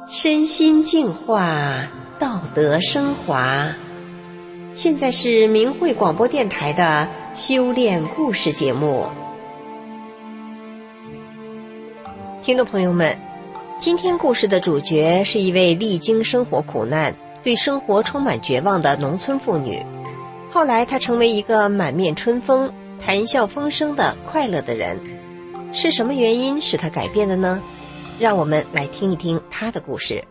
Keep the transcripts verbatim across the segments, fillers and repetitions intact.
身心净化，道德升华。现在是明慧广播电台的修炼故事节目。听众朋友们，今天故事的主角是一位历经生活苦难，对生活充满绝望的农村妇女。后来她成为一个满面春风、谈笑风生的快乐的人。是什么原因使她改变的呢？让我们来听一听她的故事。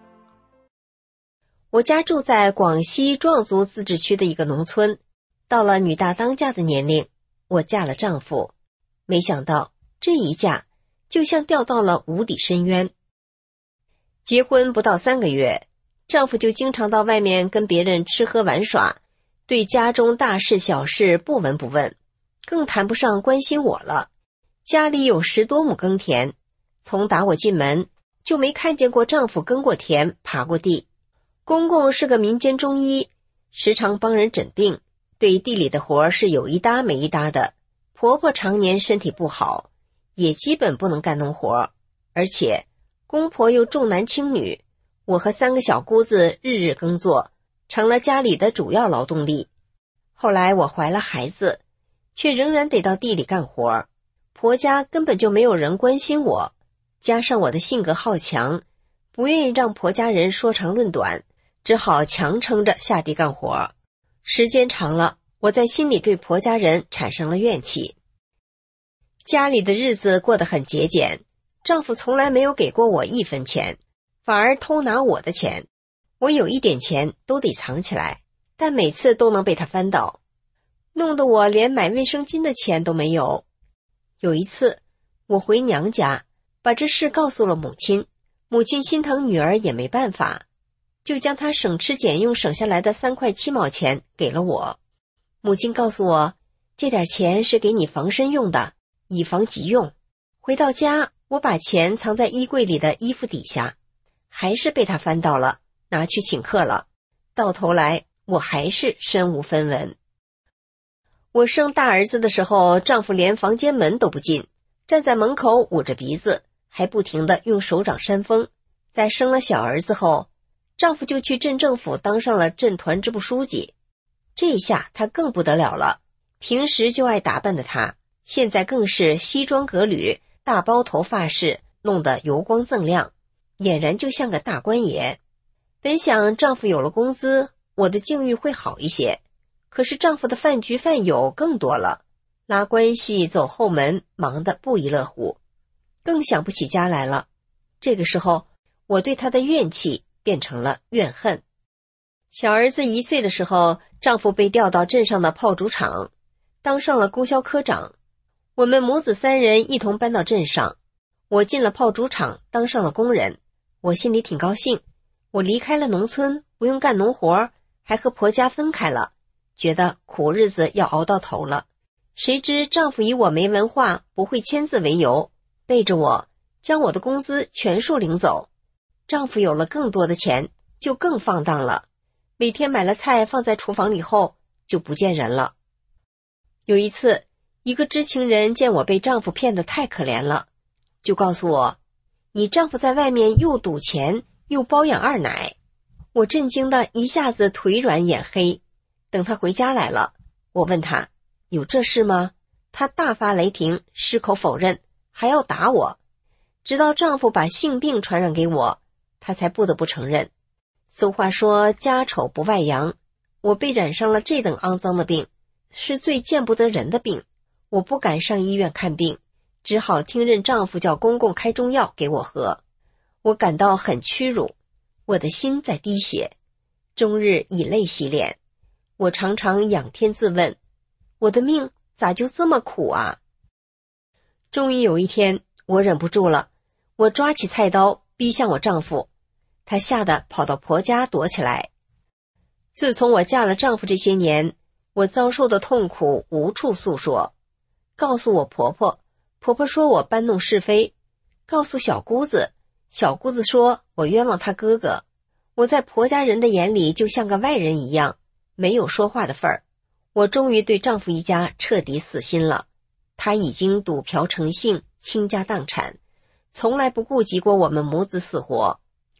我家住在广西壮族自治区的一个农村，到了女大当嫁的年龄，我嫁了丈夫。没想到这一嫁就像掉到了无底深渊。结婚不到三个月，丈夫就经常到外面跟别人吃喝玩耍，对家中大事小事不闻不问，更谈不上关心我了。家里有十多亩耕田，从打我进门就没看见过丈夫耕过田爬过地。公公是个民间中医，时常帮人诊病，对地里的活是有一搭没一搭的。婆婆常年身体不好，也基本不能干农活，而且公婆又重男轻女，我和三个小姑子日日耕作，成了家里的主要劳动力。后来我怀了孩子，却仍然得到地里干活，婆家根本就没有人关心我，加上我的性格好强，不愿意让婆家人说长论短，只好强撑着下地干活。时间长了，我在心里对婆家人产生了怨气。家里的日子过得很节俭，丈夫从来没有给过我一分钱，反而偷拿我的钱。我有一点钱都得藏起来，但每次都能被他翻倒，弄得我连买卫生巾的钱都没有。有一次我回娘家，把这事告诉了母亲，母亲心疼女儿也没办法，就将她省吃俭用省下来的三块七毛钱给了我。母亲告诉我，这点钱是给你防身用的，以防急用。回到家，我把钱藏在衣柜里的衣服底下，还是被她翻到了，拿去请客了。到头来我还是身无分文。我生大儿子的时候，丈夫连房间门都不进，站在门口捂着鼻子，还不停地用手掌扇风。在生了小儿子后，丈夫就去镇政府当上了镇团支部书记。这一下他更不得了了，平时就爱打扮的他，现在更是西装革履，大包头发饰弄得油光锃亮，俨然就像个大官爷。本想丈夫有了工资，我的境遇会好一些，可是丈夫的饭局饭友更多了，拉关系走后门，忙得不亦乐乎，更想不起家来了。这个时候我对他的怨气变成了怨恨。小儿子一岁的时候，丈夫被调到镇上的炮竹厂，当上了供销科长。我们母子三人一同搬到镇上，我进了炮竹厂，当上了工人。我心里挺高兴，我离开了农村，不用干农活，还和婆家分开了，觉得苦日子要熬到头了。谁知丈夫以我没文化，不会签字为由，背着我将我的工资全数领走。丈夫有了更多的钱，就更放荡了，每天买了菜放在厨房里后就不见人了。有一次，一个知情人见我被丈夫骗得太可怜了，就告诉我，你丈夫在外面又赌钱又包养二奶。我震惊的一下子腿软眼黑。等他回家来了，我问他有这事吗？他大发雷霆，矢口否认，还要打我。直到丈夫把性病传染给我，他才不得不承认。俗话说家丑不外扬，我被染上了这等肮脏的病，是最见不得人的病。我不敢上医院看病，只好听任丈夫叫公公开中药给我喝。我感到很屈辱，我的心在滴血，终日以泪洗脸。我常常仰天自问，我的命咋就这么苦啊？终于有一天，我忍不住了，我抓起菜刀逼向我丈夫，他吓得跑到婆家躲起来。自从我嫁了丈夫这些年，我遭受的痛苦无处诉说，告诉我婆婆，婆婆说我搬弄是非，告诉小姑子，小姑子说我冤枉她哥哥。我在婆家人的眼里就像个外人一样，没有说话的份儿。我终于对丈夫一家彻底死心了，他已经赌嫖成性，倾家荡产，从来不顾及过我们母子死活。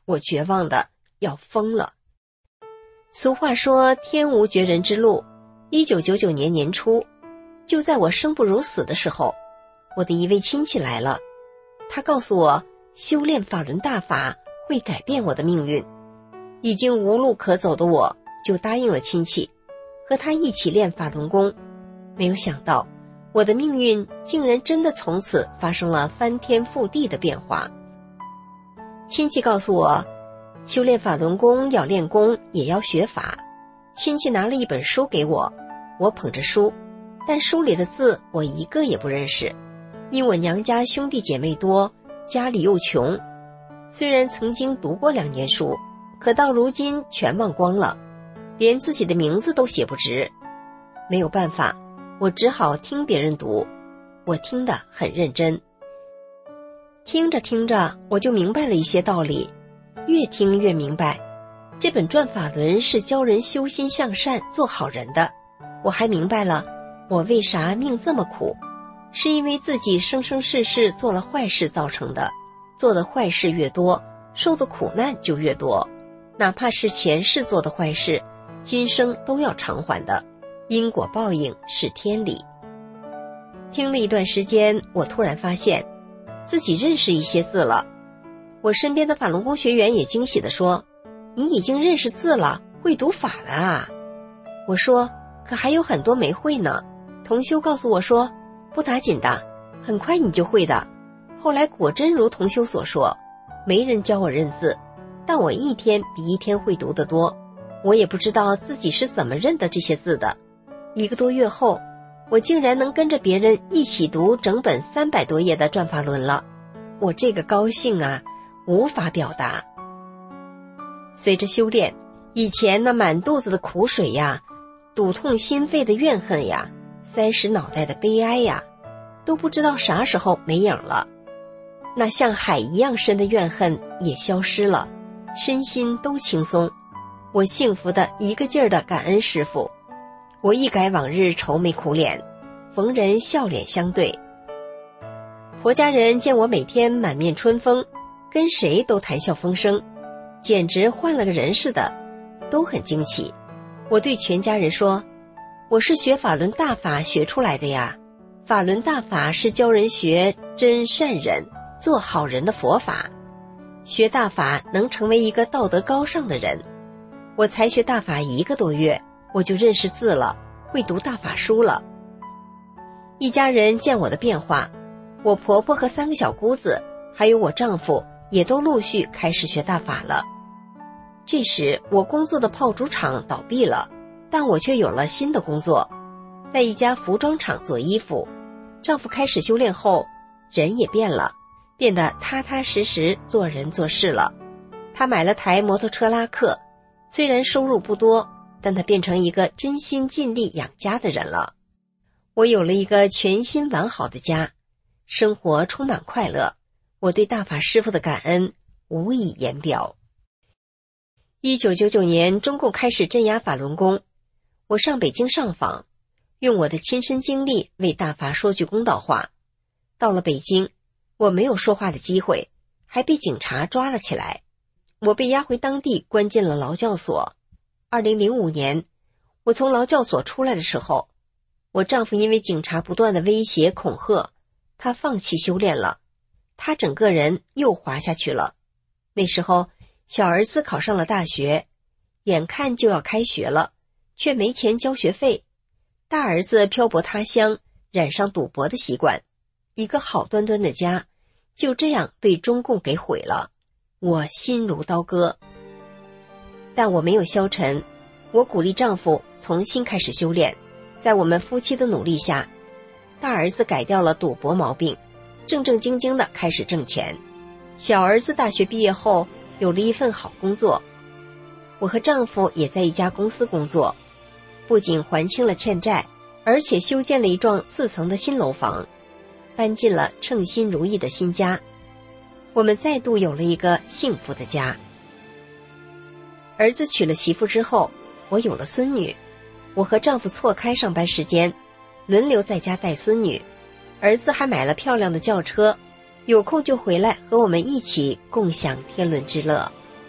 我绝望的要疯了。俗话说天无绝人之路。一九九九年年初，就在我生不如死的时候，我的一位亲戚来了。他告诉我，修炼法轮大法会改变我的命运。已经无路可走的我，就答应了亲戚，和他一起练法轮功。没有想到，我的命运竟然真的从此发生了翻天覆地的变化。亲戚告诉我，修炼法轮功要练功，也要学法。亲戚拿了一本书给我，我捧着书，但书里的字我一个也不认识。因我娘家兄弟姐妹多，家里又穷，虽然曾经读过两年书，可到如今全忘光了，连自己的名字都写不直。没有办法，我只好听别人读，我听得很认真。听着听着，我就明白了一些道理，越听越明白。这本转法轮是教人修心向善，做好人的。我还明白了，我为啥命这么苦，是因为自己生生世世做了坏事造成的。做的坏事越多，受的苦难就越多。哪怕是前世做的坏事，今生都要偿还的。因果报应是天理。听了一段时间，我突然发现自己认识一些字了。我身边的法轮功学员也惊喜地说，你已经认识字了，会读法了啊。我说，可还有很多没会呢。同修告诉我说，不打紧的，很快你就会的。后来果真如同修所说，没人教我认字，但我一天比一天会读得多。我也不知道自己是怎么认得这些字的。一个多月后，我竟然能跟着别人一起读整本三百多页的转法轮了。我这个高兴啊，无法表达。随着修炼，以前那满肚子的苦水呀，堵痛心肺的怨恨呀，塞实脑袋的悲哀呀，都不知道啥时候没影了。那像海一样深的怨恨也消失了，身心都轻松。我幸福的一个劲儿的感恩师父。我一改往日愁眉苦脸，逢人笑脸相对。婆家人见我每天满面春风，跟谁都谈笑风生，简直换了个人似的，都很惊奇。我对全家人说，我是学法轮大法学出来的呀。法轮大法是教人学真善忍，做好人的佛法。学大法能成为一个道德高尚的人。我才学大法一个多月，我就认识字了，会读大法书了。一家人见我的变化，我婆婆和三个小姑子，还有我丈夫，也都陆续开始学大法了。这时我工作的炮竹厂倒闭了，但我却有了新的工作，在一家服装厂做衣服。丈夫开始修炼后，人也变了，变得踏踏实实做人做事了。他买了台摩托车拉客，虽然收入不多，但他变成一个真心尽力养家的人了。我有了一个全新完好的家，生活充满快乐。我对大法师父的感恩无以言表。一九九九年，中共开始镇压法轮功，我上北京上访，用我的亲身经历为大法说句公道话。到了北京，我没有说话的机会，还被警察抓了起来。我被押回当地，关进了劳教所。二零零五年，我从劳教所出来的时候，我丈夫因为警察不断的威胁恐吓，他放弃修炼了，他整个人又滑下去了。那时候小儿子考上了大学，眼看就要开学了，却没钱交学费。大儿子漂泊他乡，染上赌博的习惯，一个好端端的家就这样被中共给毁了。我心如刀割，但我没有消沉。我鼓励丈夫重新开始修炼，在我们夫妻的努力下，大儿子改掉了赌博毛病，正正经经的开始挣钱。小儿子大学毕业后有了一份好工作，我和丈夫也在一家公司工作，不仅还清了欠债，而且修建了一幢四层的新楼房，搬进了称心如意的新家。我们再度有了一个幸福的家。儿子娶了媳妇之后，我有了孙女。我和丈夫错开上班时间，轮流在家带孙女。儿子还买了漂亮的轿车，有空就回来和我们一起共享天伦之乐。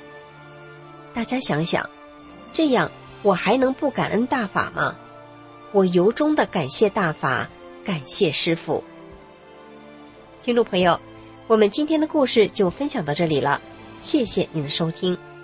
大家想想，这样我还能不感恩大法吗？我由衷的感谢大法，感谢师父。听众朋友，我们今天的故事就分享到这里了，谢谢您的收听。